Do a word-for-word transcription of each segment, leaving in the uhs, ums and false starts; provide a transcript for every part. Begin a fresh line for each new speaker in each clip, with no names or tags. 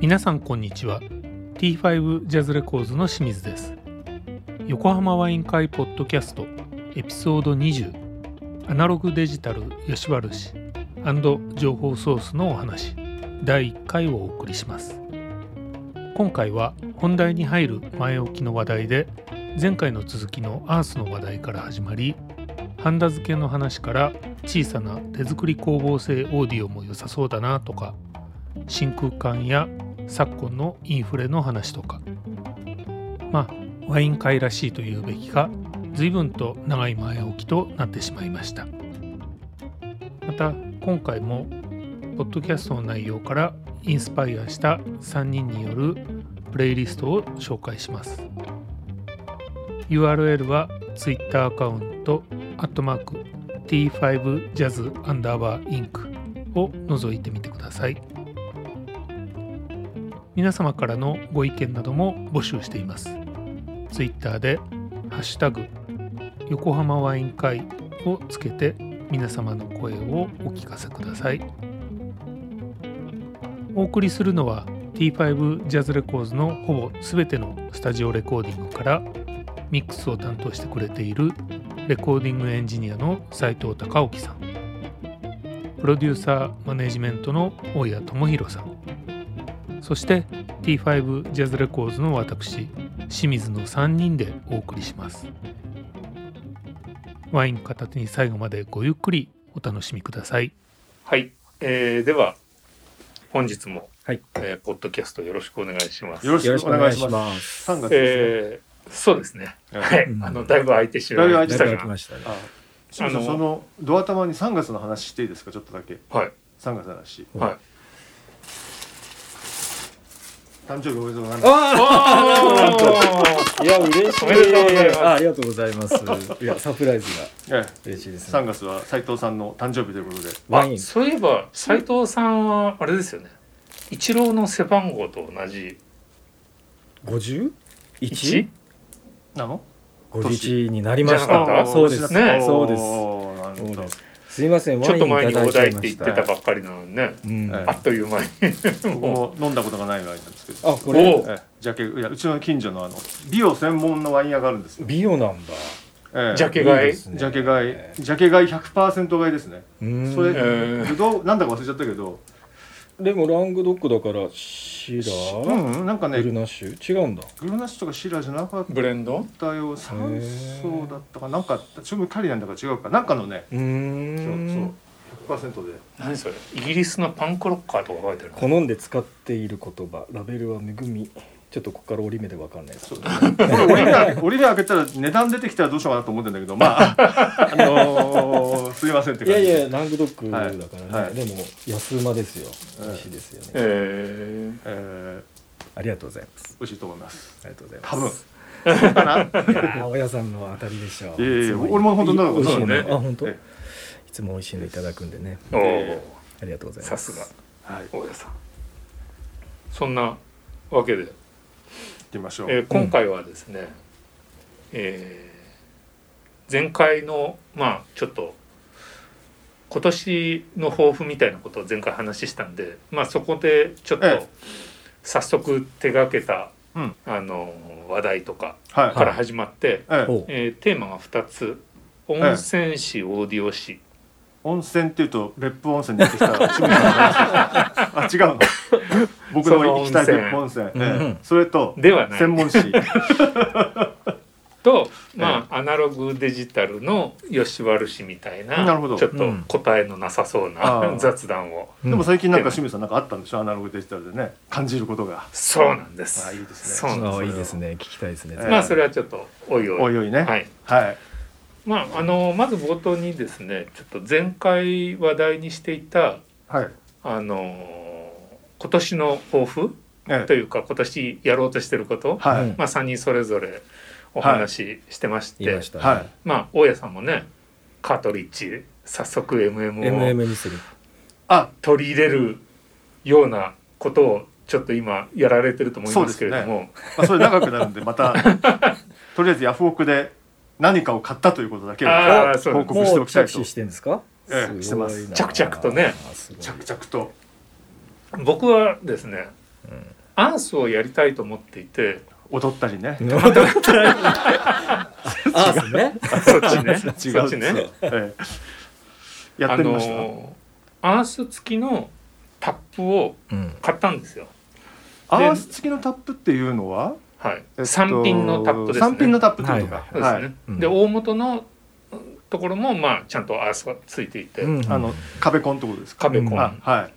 皆さんこんにちは。 ティーファイブ ジャズレコーズの清水です。横浜ワイン会ポッドキャストエピソードにじゅう、アナログデジタル吉原市&情報ソースのお話だいいっかいをお送りします。今回は本題に入る前置きの話題で、前回の続きのアースの話題から始まり、ハンダ付けの話から小さな手作り光合成オーディオも良さそうだなとか、真空管や昨今のインフレの話とか、まあワイン会らしいというべきか、随分と長い前置きとなってしまいました。また今回もポッドキャストの内容からインスパイアしたさんにんによるプレイリストを紹介します。 ユーアールエル は Twitter アカウントアットマーク ティーファイブ ジャズ アンダーバーインクを覗いてみてください。皆様からのご意見なども募集しています。ツイッターでハッシュタグ横浜ワイン会をつけて皆様の声をお聞かせください。お送りするのは ティーファイブ ジャズレコーズのほぼすべてのスタジオレコーディングからミックスを担当してくれているレコーディングエンジニアの斉藤孝興さん、プロデューサーマネジメントの大谷智弘さん、そして ティーファイブ ジャズレコーズの私清水のさんにんでお送りします。ワイン片手に最後までごゆっくりお楽しみください。はい、えー、では本日も、はいえー、ポッドキャストよろしくお願いします。
よろしくお願いします。さんがつですね。
えー、そうですね。はい、うん、あのだいぶ空いてしまいましたが、だいぶ空いてましたね。
ああのそのドア玉にさんがつの話していいですか、ちょっとだけ。はい。さんがつの話。はい。誕生日おめでとうございます。
ああいや嬉しい。おめでとうございます。あ、ありがとうございます。いやサプライズが嬉しいですね。
さんがつは斉藤さんの誕生日ということで。
ワイン。そういえば斉藤さんはあれですよね。イチローの背番号と同じ
ごじゅういち
なの？
ごじゅういちになりました。そうですね。そうです。そうです。すいません、
ちょっと前にお題って言ってたばっかりなのにね、うん、あっという間に
僕も飲んだことがないワインなんですけど、あ、これえジャケいやうちの近所のあの美容専門のワイン屋があるんですよ。
美容なんだ。
え
ジャケ買い、
ジャケ買い、ジャケ買い ひゃくパーセント 買いですね。それ、えー、どうなんだか忘れちゃったけど、
でもラングドックだからシラー、
うん、なんかね、
グルナッシュ違うんだ。
グルナッシュとかシラーじゃなかった
ブレンド
だよ。三層だったかなんかちょっとカリなんだか違うかなんかのね、うーん、そうそう ひゃくパーセント で。
何それ、イギリスのパンクロッカーとか書いてる。
好んで使っている言葉、ラベルは恵み。ちょっとここから折り目で分かんないです。
そうだね、折り目折り目開けたら値段出てきたらどうしようかなと思ってんだけど、まああのー、すいませんって感じ。
いやいやラングドックだからね、はいはい、でも安馬ですよ。美味しいですよね。えーえー、ありがとうございます。
美味しいと思います。
ありがとうござい
ます。
多分そうかな。青屋さんの当たりでしょう。
いやいや俺も本当なんか
美味しいね。あ本当。いつも美味しいのいただくんでね。おー、ありがとうございます。
さすが、はい、大家さん。そんなわけで行
ってみましょう。
えー、今回はですね、うん、えー、前回のまあちょっと今年の抱負みたいなことを前回話したんで、まあそこでちょっと早速手がけた、うん、あの話題とかから始まって、はいはい、えー、テーマがふたつ、温泉史、オーディオ史。
温泉っていうと別府温泉に行ってきた清水さんの話。あ、違うの。僕の行きたい別府温泉、うんうん、それと
ではない
専門誌
と、まあ、アナログデジタルの吉原氏みたいな、なちょっと答えのなさそうな、うん、雑談を。
でも最近なんか清水さんなんかあったんでしょ、アナログデジタルでね感じることが。
そうなんです。
あ、いいです
ね。そうなんです。いいですね。聞きたいですね。
まあそれはちょっとおいおい
おいおいね。はい、はい。
まあ、あのまず冒頭にですね、ちょっと前回話題にしていた、はい、あの今年の抱負、ええ、というか今年やろうとしてること、はい、まあ、さんにんそれぞれお話ししてまして、はいまはい、まあ大家さんもねカートリッジ早速 エムエム を
エムエム にする
あ取り入れるようなことをちょっと今やられてると思いますけれども、
そうですね、まあ、それ長くなるんでまたとりあえずヤフオクで何かを買ったということだけを報告しておきたいと。
もう着手してるんですか？
ええ、してます。
着々とね、
着々と。
僕はですね、 アースをやりたいと思っていて
踊ったりね
アースね
そっちね
そっちね、ええ、やってみました。あの
ー、アース付きのタップを買ったんですよ、
うん、アース付きのタップっていうのは、
はい、えっと、さんピンのタップですね。
さんピンのタップってことか、はい、
そうですね、はい、で大元のところもまあちゃんとアースがついていて、
うん、あの壁コンってことですか。
壁コン、うん、はい、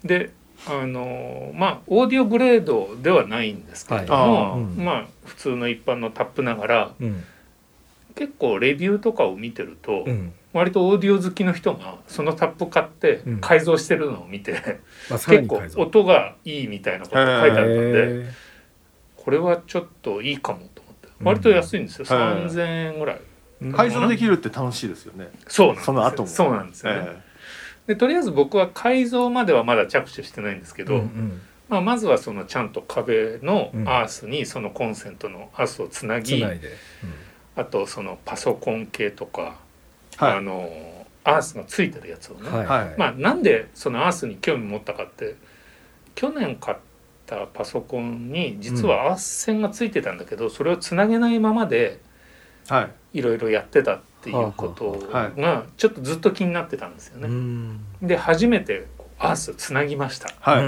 であのまあオーディオグレードではないんですけれども、はい、まあ普通の一般のタップながら、うん、結構レビューとかを見てると、うん、割とオーディオ好きの人がそのタップ買って改造してるのを見て、うん、結構音がいいみたいなこと書いてあったんで、これはちょっといいかもと思って、割と安いんですよ、さんぜんえんぐらい。
改造できるって楽しいですよね。
そうなんです。
その後も
そうなんですよね、えー、でとりあえず僕は改造まではまだ着手してないんですけど、うんうん、まあ、まずはそのちゃんと壁のアースにそのコンセントのアースをつなぎ、うん、あとそのパソコン系とか、はい、あのアースがついてるやつをね、はいはい、まあ、なんでそのアースに興味持ったかって、去年買ったパソコンに実はアース線がついてたんだけど、うん、それをつなげないままでいろいろやってたっていうことがちょっとずっと気になってたんですよね。で初めてアースつなぎました、はい、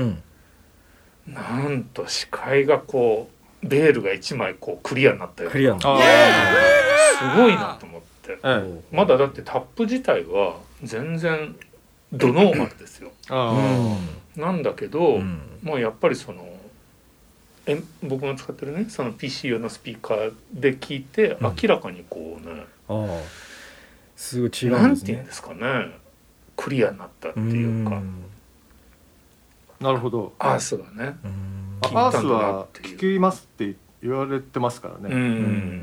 なんと視界がこうベールがいちまいこうクリアになったような、すごいなと思って、まだだってタップ自体は全然ドノーマルですよなんだけど、うん、もうやっぱりそのえ僕が使ってるねその ピーシー 用のスピーカーで聞いて明らかにこうね、うん、あ
すごい違うんですね。
なんていうんですかね、クリアになったっていうか、う
なるほど。
アースがね、
アースは聞きますって言われてますからね、うん、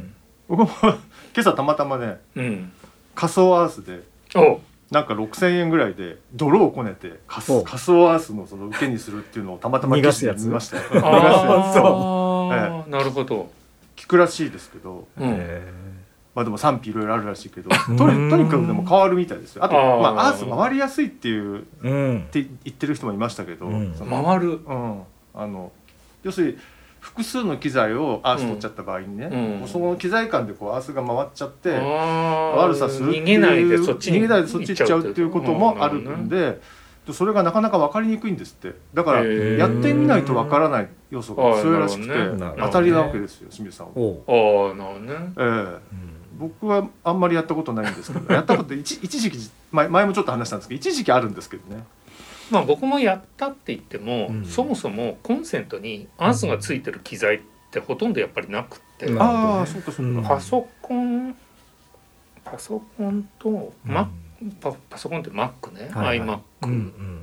僕も今朝たまたまね、うん、仮想アースでなんかろくせんえんぐらいで泥をこねて仮想アースのその受けにするっていうのをたまたま
逃がすやつ
見ましたよ。
あそう、ええ、なるほど。
聞くらしいですけど、うん、まあでも賛否いろいろあるらしいけど、とに、とにかくでも変わるみたいですよ。あとあ、まあ、アース回りやすいっていう、うん、って言ってる人もいましたけど、うん、
回る、
うん、あの要するに複数の機材をアース取っちゃった場合にね、うん、もうその機材間でこうアースが回っちゃって悪さするっていう、
逃げないでそっちに
逃げないでそっち行っちゃうっていうこともあるんで、それがなかなか分かりにくいんですって。だからやってみないと分からない要素が強いらしくて、当たりなわけですよ清水さんは。
ああなるほどね、えーうん、
僕はあんまりやったことないんですけどやったこと一, 一時期前, 前もちょっと話したんですけど一時期あるんですけどね。
まあ、僕もやったって言っても、うん、そもそもコンセントにアースがついてる機材ってほとんどやっぱりなくて、うん、
ああそうかそうか、
パソコンパソコンと、うん、Mac パ, パソコンって Mac ね、はいはい、iMac、うん、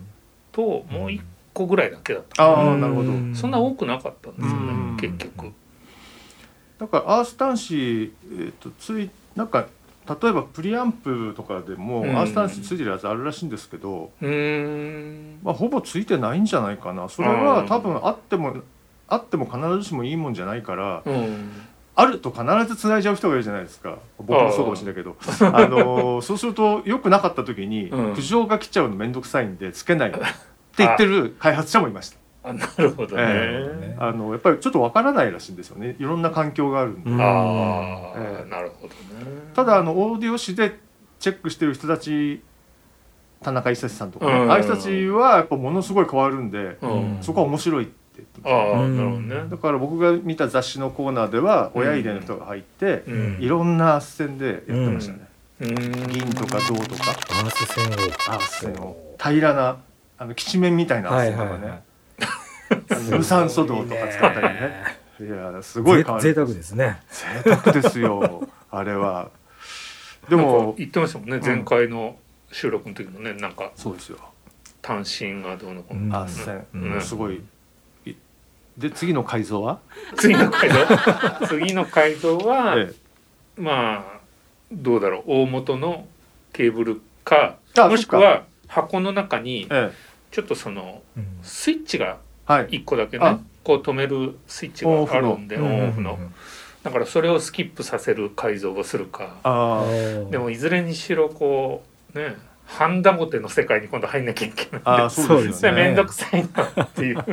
ともう一個ぐらいだけだった、
ああなるほど。
そんな多くなかったんですよね結局。
だからアース端子、えー、とついなんか例えばプリアンプとかでも、うん、アース端子ついてるやつあるらしいんですけど、うーん、まあ、ほぼついてないんじゃないかな。それは多分あってもあっても必ずしもいいもんじゃないから、うん、あると必ずつないじゃう人がいるじゃないですか。僕もそうかもしれないけど、あのそうすると良くなかった時に、うん、苦情が来ちゃうのめんどくさいんでつけないって言ってる開発者もいました。
あ、なるほどね、
えー、あのやっぱりちょっとわからないらしいんですよね。いろんな環境があるんで。
あ、えー、なるほどね。
ただあのオーディオ誌でチェックしてる人たち、田中一さんとか、ね、うん、ああいう人たちはやっぱものすごい変わるんで、うん、そこは面白いって言ってます、ね。あ、なるほどね。だから僕が見た雑誌のコーナーでは親入れの人が入って、うん、いろんな斡旋でやってましたね、うん、銀とか銅とか
アース線を
アース線を平らなあのきち面みたいなアース線とかね、はいはいはい、無酸素銅とか使ったりね。いやすごい変わる。
贅沢ですね。
贅沢ですよあれは。でも
言ってましたもんね、うん、前回の収録の時もね、なんか
そうですよ、
単身がどうのこうの、
うん、あ、うん、すごい。で次の改造は
次の改造次の改造は、ええ、まあどうだろう、大元のケーブルか、もしくは箱の中にちょっとそのスイッチがいっこだけね、はい、こう止めるスイッチがあるんで、オンオフの、だからそれをスキップさせる改造をするか。あ、でもいずれにしろこうね、ハンダゴテの世界に今度入んなきゃいけないんで、あ、そうですね、めんどくさいなっていう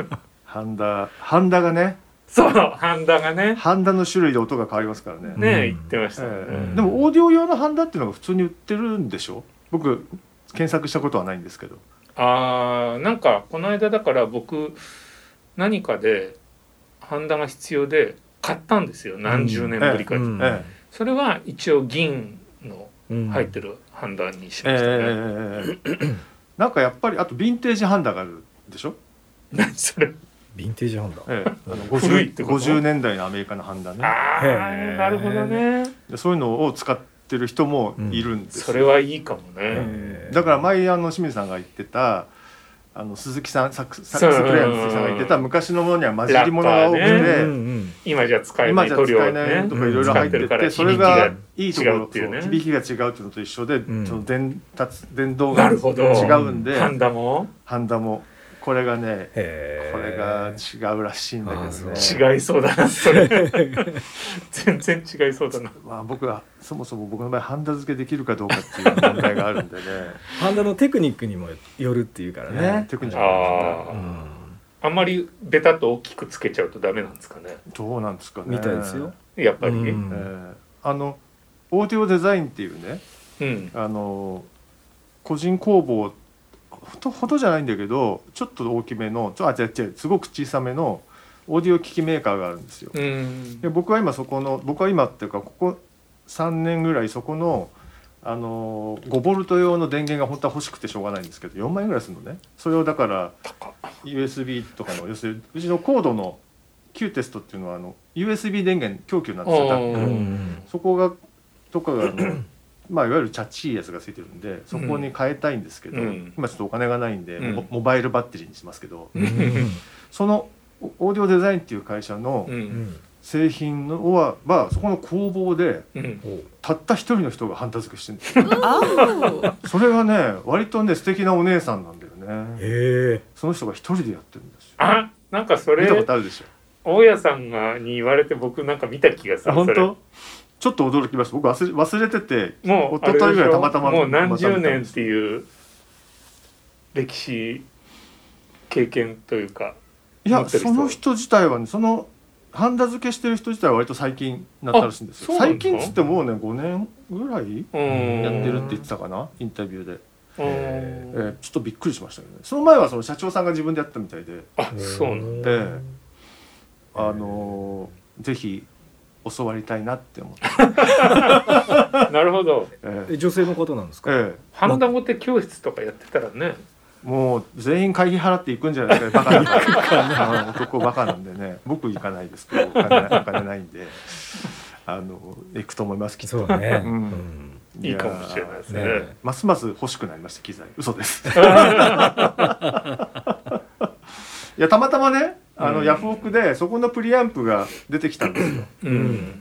ハンダハンダがね
そうハンダがね
ハンダの種類で音が変わりますからね。
ね言ってましたね、え
ー、でもオーディオ用のハンダっていうのが普通に売ってるんでしょ。僕検索したことはないんですけど。
あーなんかこの間だから僕何かでハンダが必要で買ったんですよ。何十年ぶりかに、うんええ、それは一応銀の入ってるハンダにしましたね、え
ー、なんかやっぱりあとヴィンテージハンダがあるでしょ。
何それ。
ヴィンテージハンダ、
ええ、あの ごじゅう, ごじゅうねんだいのアメリカのハンダね。
ああなるほどね。
でそういうのを使ってる人もいるんですよ、
うん、それはいいかもね。
だから前あの清水さんが言ってたあの鈴木さんサックスプレイヤーの鈴木さんが言ってた昔のものには混じり物が多くて、ねうんうん、
今じゃ使えない塗料、ね、
今じゃ使えないとかいろいろ入ってて、うん、それがいいところっていうね響きが違うっていうのと一緒で、うん、その伝達伝導が違うんで
ハンダも
ハンダもこれがねこれが違うらしいんだけど
ね。違いそうだなそれ全然違いそうだな。
まあ僕はそもそも僕の場合ハンダ付けできるかどうかっていう問題があるんでね
ハンダのテクニックにもよるっていうからね。ね
テクニックあ、
うん、あんまりベタっと大きくつけちゃうとダメなんですかね。
どうなんですかね。
みたいですよ
やっぱり、うん
えー、あのオーディオデザインっていうね、うん、あの個人工房ほどほどじゃないんだけどちょっと大きめのちょあ違う違うすごく小さめのオーディオ機器メーカーがあるんですよ。うんで僕は今そこの僕は今っていうかここさんねんぐらいそこの、あのごボルト用の電源が本当は欲しくてしょうがないんですけどよんまんえんぐらいするのね。それをだから ユーエスビー とかの要するにうちのコードの Q テストっていうのはあの ユーエスビー 電源供給なんですよ。そこがとかがあのまあ、いわゆるチャッチいやつがついてるんでそこに変えたいんですけど、うん、今ちょっとお金がないんで、うん、モバイルバッテリーにしますけど、うん、そのオーディオデザインっていう会社の製品のは、まあ、そこの工房で、うん、たった一人の人がハンダ付けしてるんですよそれがね割とね素敵なお姉さんなんだよね。へその人が一人でやってるんですよ。
あなんかそれ
見たことあるでしょ。
大家さんがに言われて僕なんか見た気がする。
本当ちょっと驚きました。僕忘れ、忘れててもう一昨日ぐらいたまたま
もう何十年っていう歴史経験というか
いやその人自体はねそのハンダ付けしてる人自体は割と最近なったらしいんですよ。最近っつってもうねごねんぐらいやってるって言ってたかなインタビューで。えー、ちょっとびっくりしましたけどね。その前はその社長さんが自分でやったみたいで。
あそうなんだ、
えー、あのー、ぜひ教わりたいなって思って
なるほど、
えー、女性のことなんですか、え
ー、ハンダゴテ教室とかやってたらね
もう全員会費払っていくんじゃないですか。バカだから男バカなんでね僕行かないですけどお金、お金ないんであの行くと思いますきっと。
そうね、うん
うん、いいかもしれないですね。ね
ますます欲しくなりました機材。嘘ですいやたまたまねあの、うん、ヤフオクでそこのプリアンプが出てきたんですよ、うん、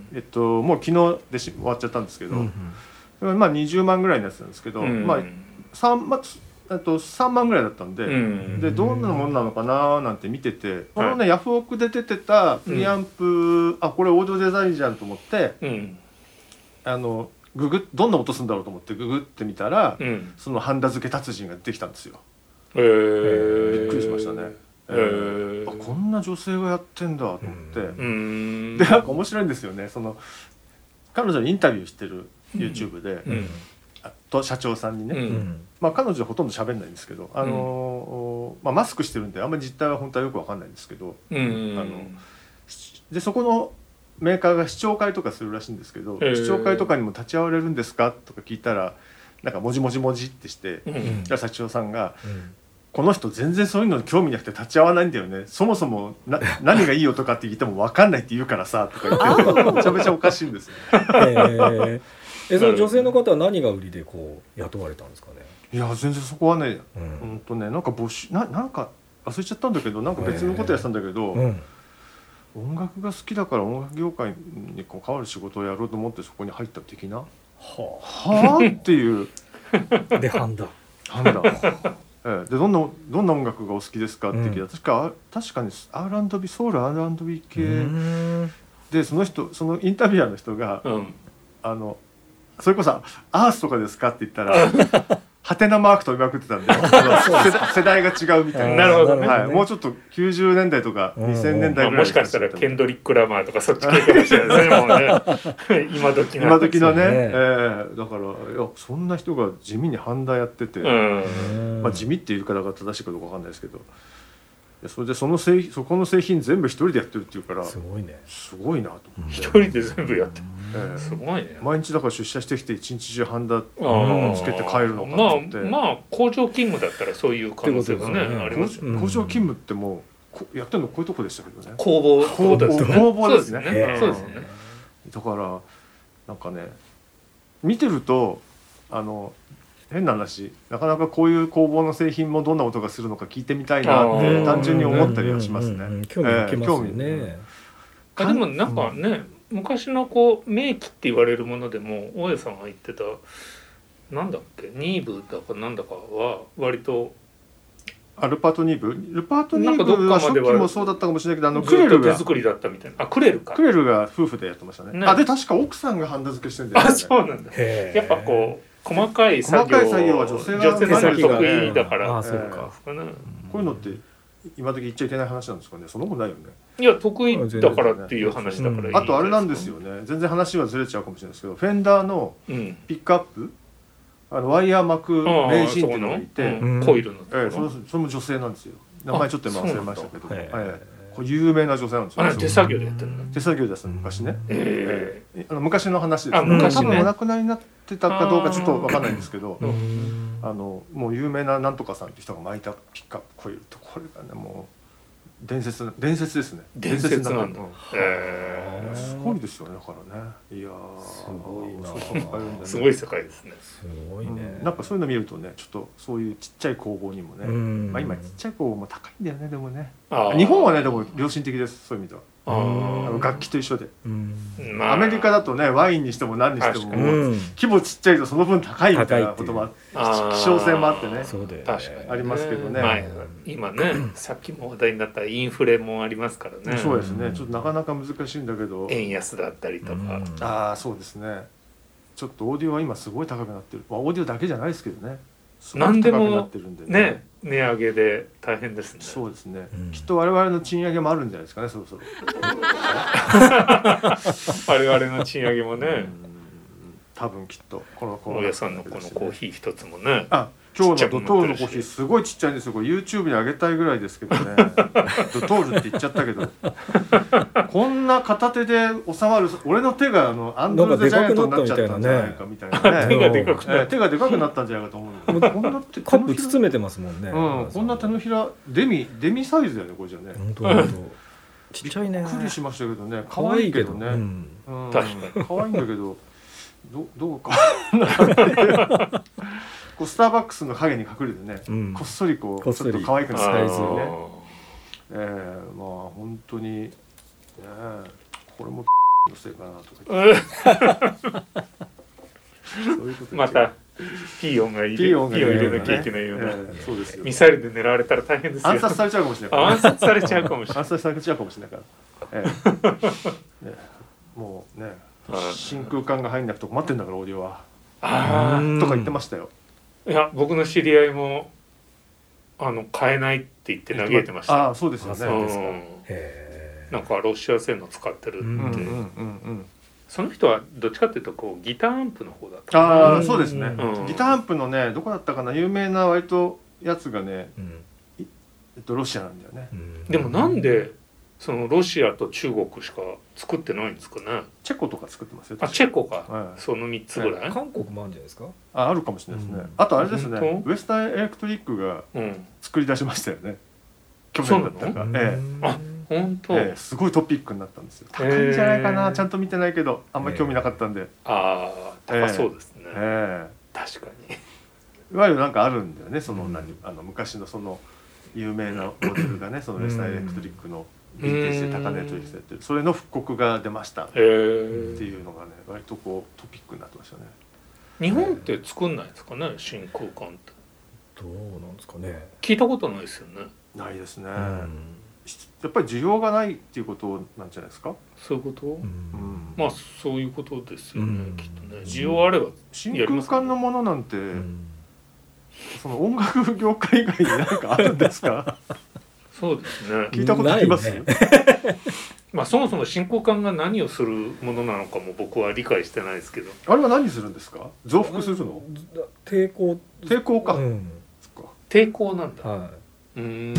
えっともう昨日でし終わっちゃったんですけど、うん、まあにじゅうまんぐらいのやつなんですけど、うん、まあ 3, まあとさんまんぐらいだったんで、うん、でどんなもんなのかななんて見てて、このね、はい、ヤフオクで出てたプリアンプ、うん、あこれオーディオデザインじゃんと思って、うん、あのググどんな音するんだろうと思ってググってみたら、うん、そのハンダ付け達人が出てきたんですよ。へー、びっくりしましたね。えー、あこんな女性がやってんだと思って、うん、でなんか面白いんですよね。その彼女にインタビューしてる YouTube で、うん、と社長さんにね、うんまあ、彼女はほとんど喋んないんですけど、あのーまあ、マスクしてるんであんまり実態は本当はよく分かんないんですけど、うん、あのでそこのメーカーが試聴会とかするらしいんですけど、えー、試聴会とかにも立ち会われるんですかとか聞いたらなんかもじもじもじってして、うん、じゃあ社長さんが、うんこの人全然そういうのに興味なくて立ち会わないんだよね。そもそもな何がいい音かって聞いても分かんないって言うからさとか言ってめちゃめちゃおかしいんですよ、ね
えー、その女性の方は何が売りでこう雇われたんですかね。
いや全然そこはね、うん、ほんとねなんか募集 な, なんか忘れちゃったんだけどなんか別のことやってたんだけど、えーうん、音楽が好きだから音楽業界にこう変わる仕事をやろうと思ってそこに入った的なはあ、はあっていう
でハンダ
ハンダええ、でどんなどんな音楽がお好きですかって聞いたら、うん、確か確かに アールアンドビー ソウル アールアンドビー 系でその人そのインタビュアーの人が、うん、あのそれこそアースとかですかって言ったらハテナマーク飛びまくってたんで世代が違うみたい
な。なるほどね、
はい、もうちょっときゅうじゅうねんだいとかにせんねんだいぐらい、
もしかしたらケンドリック・ラマーとかそっち系かもしれないですねもうね今時の
今時のね、えー、だからいやそんな人が地味にハンダやってて、まあ、地味っていうからが正しいかどうかわかんないですけど、それでその製そこの製品全部一人でやってるっていうからすごいね、すごいなと思って、
一人で全部やってる、えー、すごいね。
毎日だから出社してきて一日中ハンダつけて帰るのか
と思って、まあまあ工場勤務だったらそういう可能性がねありますよね。
工場勤務ってもうやってるのこういうとこでしたけどね、
工房
工房ですね。工房ですね。
そうですね。
だからなんかね見てるとあの変な話、なかなかこういう工房の製品もどんな音がするのか聞いてみたいなって単純に思ったりはしますね。
興味受けますよね。
でもなんかね、うん、昔のこう名機って言われるものでも大江さんが言ってたなんだっけニーブだかなんだかは割と
アルパートニーブルパートニーブは初期もそうだったかもしれないけど、あのクレルが
手作りだったみたいな。あクレルか
クレルが夫婦でやってましたね。ねあで確か奥さんがハンダ付けしてるんだよね。
あそうなんだ。やっぱこう細かい作業
細かい作業は女性が
女性の得意だから、
あそうか、えー、こういうのって今時言っちゃいけない話なんですかね。そんなことないよね。
いや得意だからっていう話だからいい、うん、
あとあれなんですよね、全然話はずれちゃうかもしれないですけど、フェンダーのピックアップ、うん、あのワイヤー巻く名人っていうのがいて、
うん、コイルの、
えー、それ、それも女性なんですよ。名前ちょっと今忘れましたけど、えーこれ有名な女性なんですよ。
あ手作業でやってるの。
手作業です昔ね。
えー、
あの昔の話です。
あ昔ね。
多分お亡くなりになってたかどうかちょっと分かんないんですけど、あのもう有名ななんとかさんっていう人が巻いたピックアップコイルと、これがねもう伝説伝説ですね。
伝説なんだ。
へーすごいですよね。だからね。いや
すごい
な。すごい世界ですね。
すごいね、
うん。なんかそういうの見るとね、ちょっとそういうちっちゃい工房にもね、まあ今ちっちゃい工房も高いんだよねでもね。日本はねでも良心的です、そういう意味では。あの楽器と一緒で、うんまあ、アメリカだとねワインにしても何にしても、うん、規模ちっちゃいとその分高いみたいなことも希少性もあってね、
そうで
確かにありますけどね、
まあ、今ねさっきも話題になったインフレもありますからね。
そうですね、ちょっとなかなか難しいんだけど、
円安だったりとか、うん、
ああそうですね、ちょっとオーディオは今すごい高くなってる、まあ、オーディオだけじゃないですけどね、
何でもね値上げで大変ですね。
そうですね、うん、きっと我々の賃上げもあるんじゃないですかね、そろそろ
我々の賃上げもね、うん、
多分きっとこの
大家さんのこのコーヒー一つもね、
あ今日のドトールのコーヒーすごいちっちゃいんですよ。これ YouTube に上げたいぐらいですけどねドトールって言っちゃったけどこんな片手で収まる、俺の手があのアンドル・ザ・ジャイアントになっちゃったんじゃないかみたいなね、
手がでかくなった、
手がでかくなったんじゃないかと思う。
こんなカップ包めてますもんね、
うん、こんな手のひらデミデミサイズだよねこれじゃね。
本当本当ちっちゃいね。
びっくりしましたけどね、可愛いけどね、うん、
確かに
可愛いんだけどどどうかなこうスターバックスの影に隠れてね、うん、こっそりこうちょっと可愛くなったりするね。えー、まあ本当に、ね、これものせいかなとか言ってそういうこと
またピー音が入れ、ピー音入れなきゃいけないような、えー、
そうですよ。
ミサイルで狙われたら大変ですよ。
暗殺されちゃうかもしれない、
暗殺されちゃうかもしれない
暗殺されちゃうかもしれないから、えーね、もうね真空管が入んなくて困ってんだからオーディオはあとか言ってましたよ。
いや僕の知り合いもあの買えないって言って嘆いてました。
ああそうですよね、うん、
へなんかロシア製の使ってるって、うんうんうんうん、その人はどっちかっていうとこうギターアンプの方だった。
ああそうですね、うん、ギターアンプのねどこだったかな、有名な割とやつがね、うんえっと、ロシアなんだよね、うん、
でもなんでそのロシアと中国しか作ってないんですかね。
チェコとか作ってますよ。
あチェコか、はい、そのみっつぐらい、
はい、韓国もあるんじゃないですか。
ああるかもしれないですね、うん、あとあれですねウエスタンエレクトリックが作り出しましたよね、うん、去年だったか、ええ、
あ本当、え
え、すごいトピックになったんですよ。高いんじゃないかな、ちゃんと見てないけどあんまり興味なかったんで、えー、
ああ高そうですね、
え
ー、確かに
いわゆるなんかあるんだよね、その、うん、何あの昔のその有名なモデルがねそのウエスタンエレクトリックのヴィンテージで高値取引されてる、それの復刻が出ましたっていうのがね割とこうトピックになってましたね。
日本って作んないですかね、真空管って。
どうなんですかね。
聞いたことないですよね。
ないですね、うん、やっぱり需要がないっていうことなんじゃないですか。
そういうこと、うん、まあそういうことですよね、うん、きっとね。需要あれば
真空管のものなんて、うん、 その音楽業界以外に何かあるんですか？
そうですね。
聞いたことあります？ね、
まあそもそも振興管が何をするものなのかも僕は理解してないですけど。
あれは何するんですか？増幅するの？
抵抗。
抵抗か。うん、
そっか。抵抗なんだ。
はい。うーん。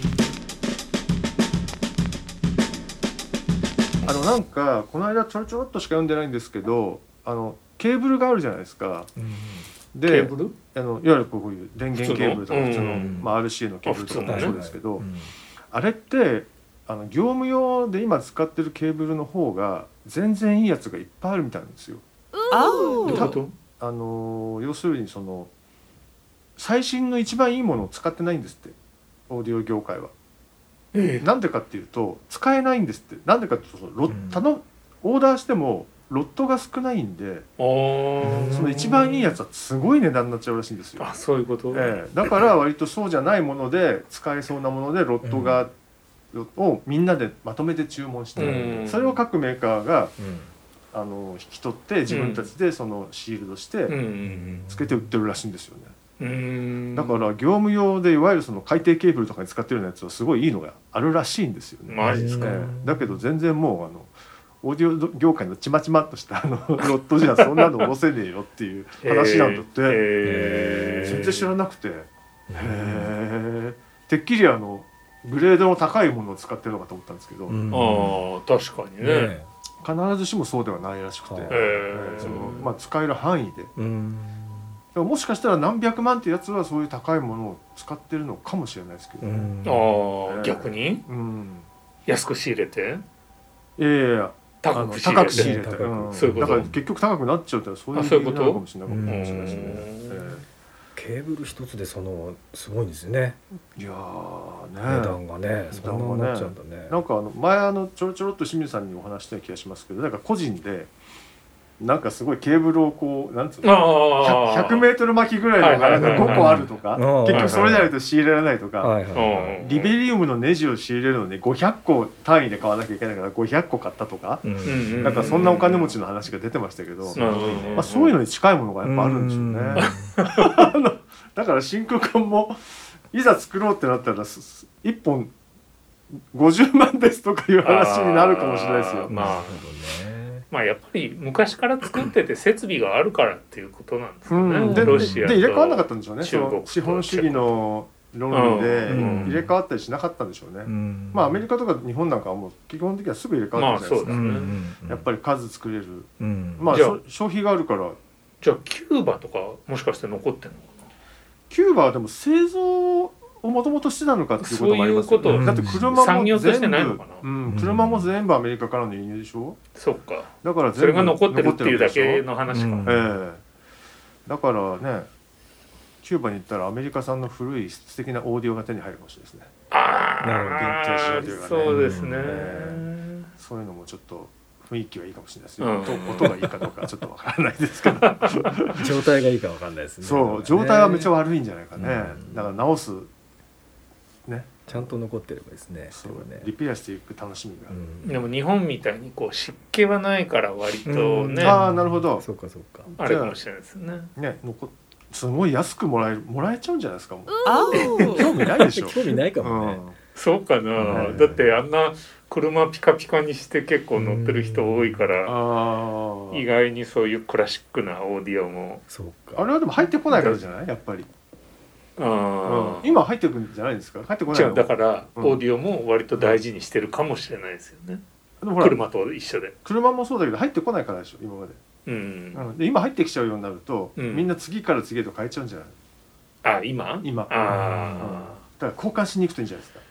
あのなんかこの間ちょろちょろっとしか読んでないんですけど、あのケーブルがあるじゃないですか。うん、で、ケーブル？あのいわゆるこういう電源ケーブルとか普通の、まあ、アールシーエー のケーブルとかもそうですけど、あれってあの業務用で今使ってるケーブルの方が全然いいやつがいっぱいあるみたいなんですよ。ああの要するにその最新の一番いいものを使ってないんですって、オーディオ業界は。ええ、なんでかっていうと使えないんですって。なんでかっていうとそのロッ、うん、オーダーしてもロットが少ないんで、その一番いいやつはすごい値段になっちゃうらしいんですよ。
あ、そういうこと、
ええ、だから割とそうじゃないもので使えそうなものでロットが、うん、をみんなでまとめて注文して、うん、それを各メーカーが、うん、あの引き取って自分たちでそのシールドしてつけて売ってるらしいんですよね。うーん、だから業務用でいわゆるその海底ケーブルとかに使ってるようなやつはすごいいいのがあるらしいんですよね。
マジですか？
ええ、だけど全然もうあのオーディオ業界のちまちまっとしたあのロットじゃそんなの下ろせねえよっていう話なんだって、えー、全然知らなくて、へえ、てっきりあのグレードの高いものを使ってるのかと思ったんですけど、うん、
ああ確かにね、
必ずしもそうではないらしくて、えーそのまあ、使える範囲で、うん、でももしかしたら何百万ってやつはそういう高いものを使ってるのかもしれないですけど、ね、うん、
ああ、えー、逆に、うん、安く仕入れて、
いやいやいや
高く
仕入れて、うん、そういうことだから結局高くなっちゃうってそういう理由なのかもしれないですね。
ケーブル一つでそのすごいんですね。
いやーね、
値段がねそんなになっちゃうんだね。
なんかあの前あのちょろちょろっと清水さんにお話した気がしますけど、なんか個人でなんかすごいケーブルをこうなんつうの ひゃくメートル巻きぐらいのがごこあるとか、結局それじゃないと仕入れられないとか、リベリウムのネジを仕入れるのにごひゃっこ単位で買わなきゃいけないからごひゃっこ買ったとか、なんかそんなお金持ちの話が出てましたけど、まあそういうのに近いものがやっぱあるんでしょうね。だから真空管もいざ作ろうってなったらいっぽんごじゅうまんですとかいう話になるかもしれないですよ。
まあまあやっぱり昔から作ってて設備があるからっていうことなんですよね、うん、
で
ロシアと
で入れ替わらなかったんでしょうね。その資本主義の論理で入れ替わったりしなかったんでしょうね、うん、まあアメリカとか日本なんかはもう基本的にはすぐ入れ替わってるじゃないですか、まあそうですね、やっぱり数作れる、うん、まあ消費があるから。
じゃあキューバとかもしかして残ってんのかな。
キューバはでも製造をもともとしてたのかっていうこともありますよね。
そういうこと、
だって車も
産業としてないのかな、
うん、車も全部アメリカからの輸入でしょ。
そっか。
だから全部
それが残ってるっていうだけの話か、うん、
えー、だからねキューバに行ったらアメリカ産の古い素敵なオーディオが手に入るかもしれないですね。
ああ、
なるほど。限定仕様というかね。
そうですね、
えー、そういうのもちょっと雰囲気はいいかもしれないですよ、うん、音, 音がいいかどうかはちょっとわからないですけど
状態がいいかわかんないですね。
そう、状態はめっちゃ悪いんじゃないかね、うん、だから直すね、
ちゃんと残ってればですね。
そうね、リペアしていく楽しみが、
うん、でも日本みたいにこう湿気はないから割とね、うん、
ああなるほど、
そうかそうか、
あれかもしれないですね。
ね、残すごい安くもらえるもらえちゃうんじゃないですか。もう興味ないでしょ。
興味ないかもね、うん、
そうかな、だってあんな車ピカピカにして結構乗ってる人多いから、あ意外にそういうクラシックなオーディオも。
そうか、あれはでも入ってこないからじゃない、やっぱり。あ、うん、今入ってくるんじゃないですか。入ってこないの。
違う、だから、うん、オーディオも割と大事にしてるかもしれないですよね、うん、でもほら車と一緒で。
車もそうだけど入ってこないからでしょ今まで、うんうん、で今入ってきちゃうようになると、うん、みんな次から次へと変えちゃうんじゃない。
あ今
今あ、うん、だから交換しに行くといいんじゃないですか。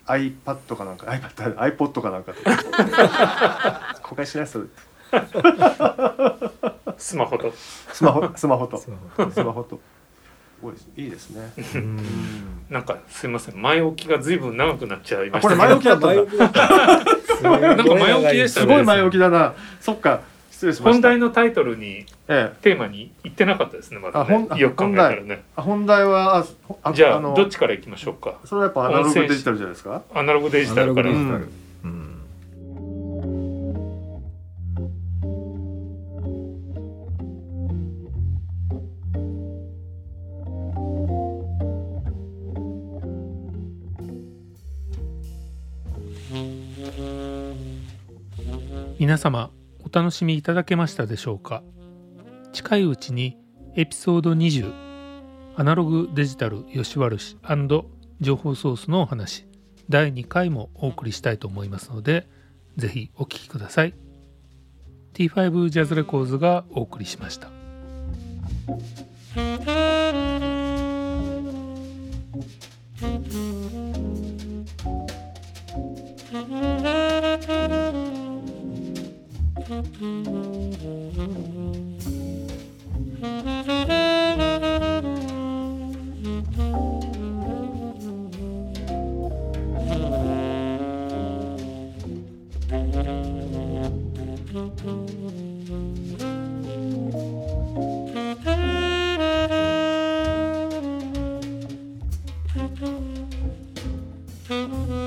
iPad かなんか iPad iPod かなんかと交換しないそれ
スマホと
スマホスマホとスマホといいですね。うん、
なんかすいません、前置きがずいぶん長くなっちゃいました。
これ前置きだったんだ。
なんか前置きでしたね。
すごい前置きだな。そっか、失礼しました。
本題のタイトルに、ええ、テーマに言ってなかったですね、まだね。よく考えたらね。
本題は
あじゃあどっちからいきましょうか。
それはやっぱアナログデジタルじゃないですか。
アナログデジタルから。うん、 皆様お楽しみいただけましたでしょうか。近いうちにエピソードにじゅうアナログデジタル吉原氏&情報ソースのお話だいにかいもお送りしたいと思いますので、ぜひお聞きください。 ティーファイブ ジャズレコーズがお送りしました。Mm-hmm.